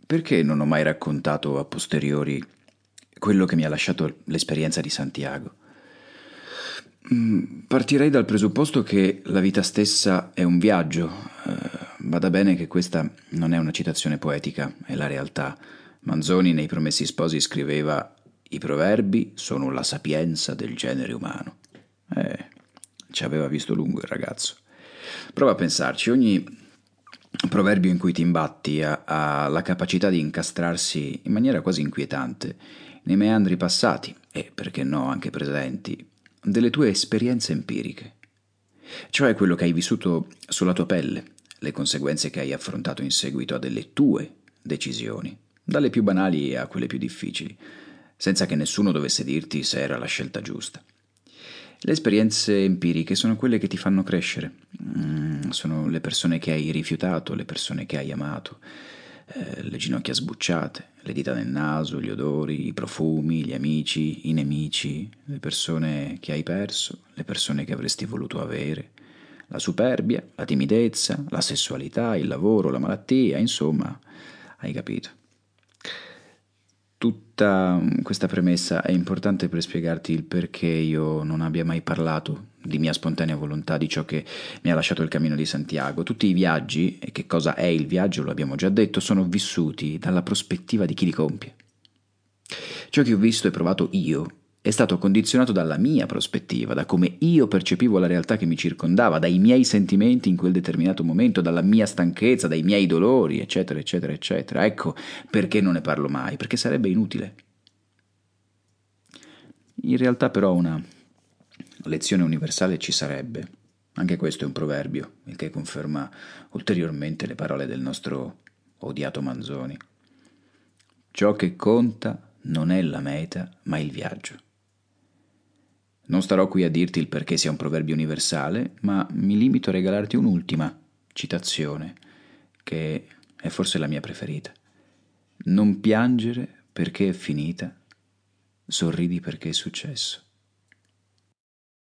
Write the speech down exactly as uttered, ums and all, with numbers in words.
Perché non ho mai raccontato a posteriori quello che mi ha lasciato l'esperienza di Santiago? Mm, Partirei dal presupposto che la vita stessa è un viaggio. Eh, bada bene che questa non è una citazione poetica, è la realtà. Manzoni nei Promessi Sposi scriveva: I proverbi sono la sapienza del genere umano. Eh, ci aveva visto lungo il ragazzo. Prova a pensarci, ogni proverbio in cui ti imbatti ha, ha la capacità di incastrarsi in maniera quasi inquietante nei meandri passati e, perché no, anche presenti, delle tue esperienze empiriche, cioè quello che hai vissuto sulla tua pelle, le conseguenze che hai affrontato in seguito a delle tue decisioni, dalle più banali a quelle più difficili, senza che nessuno dovesse dirti se era la scelta giusta. Le esperienze empiriche sono quelle che ti fanno crescere. Mm, sono le persone che hai rifiutato, le persone che hai amato, eh, le ginocchia sbucciate, le dita nel naso, gli odori, i profumi, gli amici, i nemici, le persone che hai perso, le persone che avresti voluto avere, la superbia, la timidezza, la sessualità, il lavoro, la malattia, insomma, hai capito. Tutta questa premessa è importante per spiegarti il perché io non abbia mai parlato di mia spontanea volontà di ciò che mi ha lasciato il cammino di Santiago. Tutti i viaggi, e che cosa è il viaggio lo abbiamo già detto, sono vissuti dalla prospettiva di chi li compie. Ciò che ho visto e provato io è stato condizionato dalla mia prospettiva, da come io percepivo la realtà che mi circondava, dai miei sentimenti in quel determinato momento, dalla mia stanchezza, dai miei dolori, eccetera, eccetera, eccetera. Ecco perché non ne parlo mai, perché sarebbe inutile. In realtà però una lezione universale ci sarebbe. Anche questo è un proverbio, il che conferma ulteriormente le parole del nostro odiato Manzoni. Ciò che conta non è la meta, ma il viaggio. Non starò qui a dirti il perché sia un proverbio universale, ma mi limito a regalarti un'ultima citazione, che è forse la mia preferita. Non piangere perché è finita, sorridi perché è successo.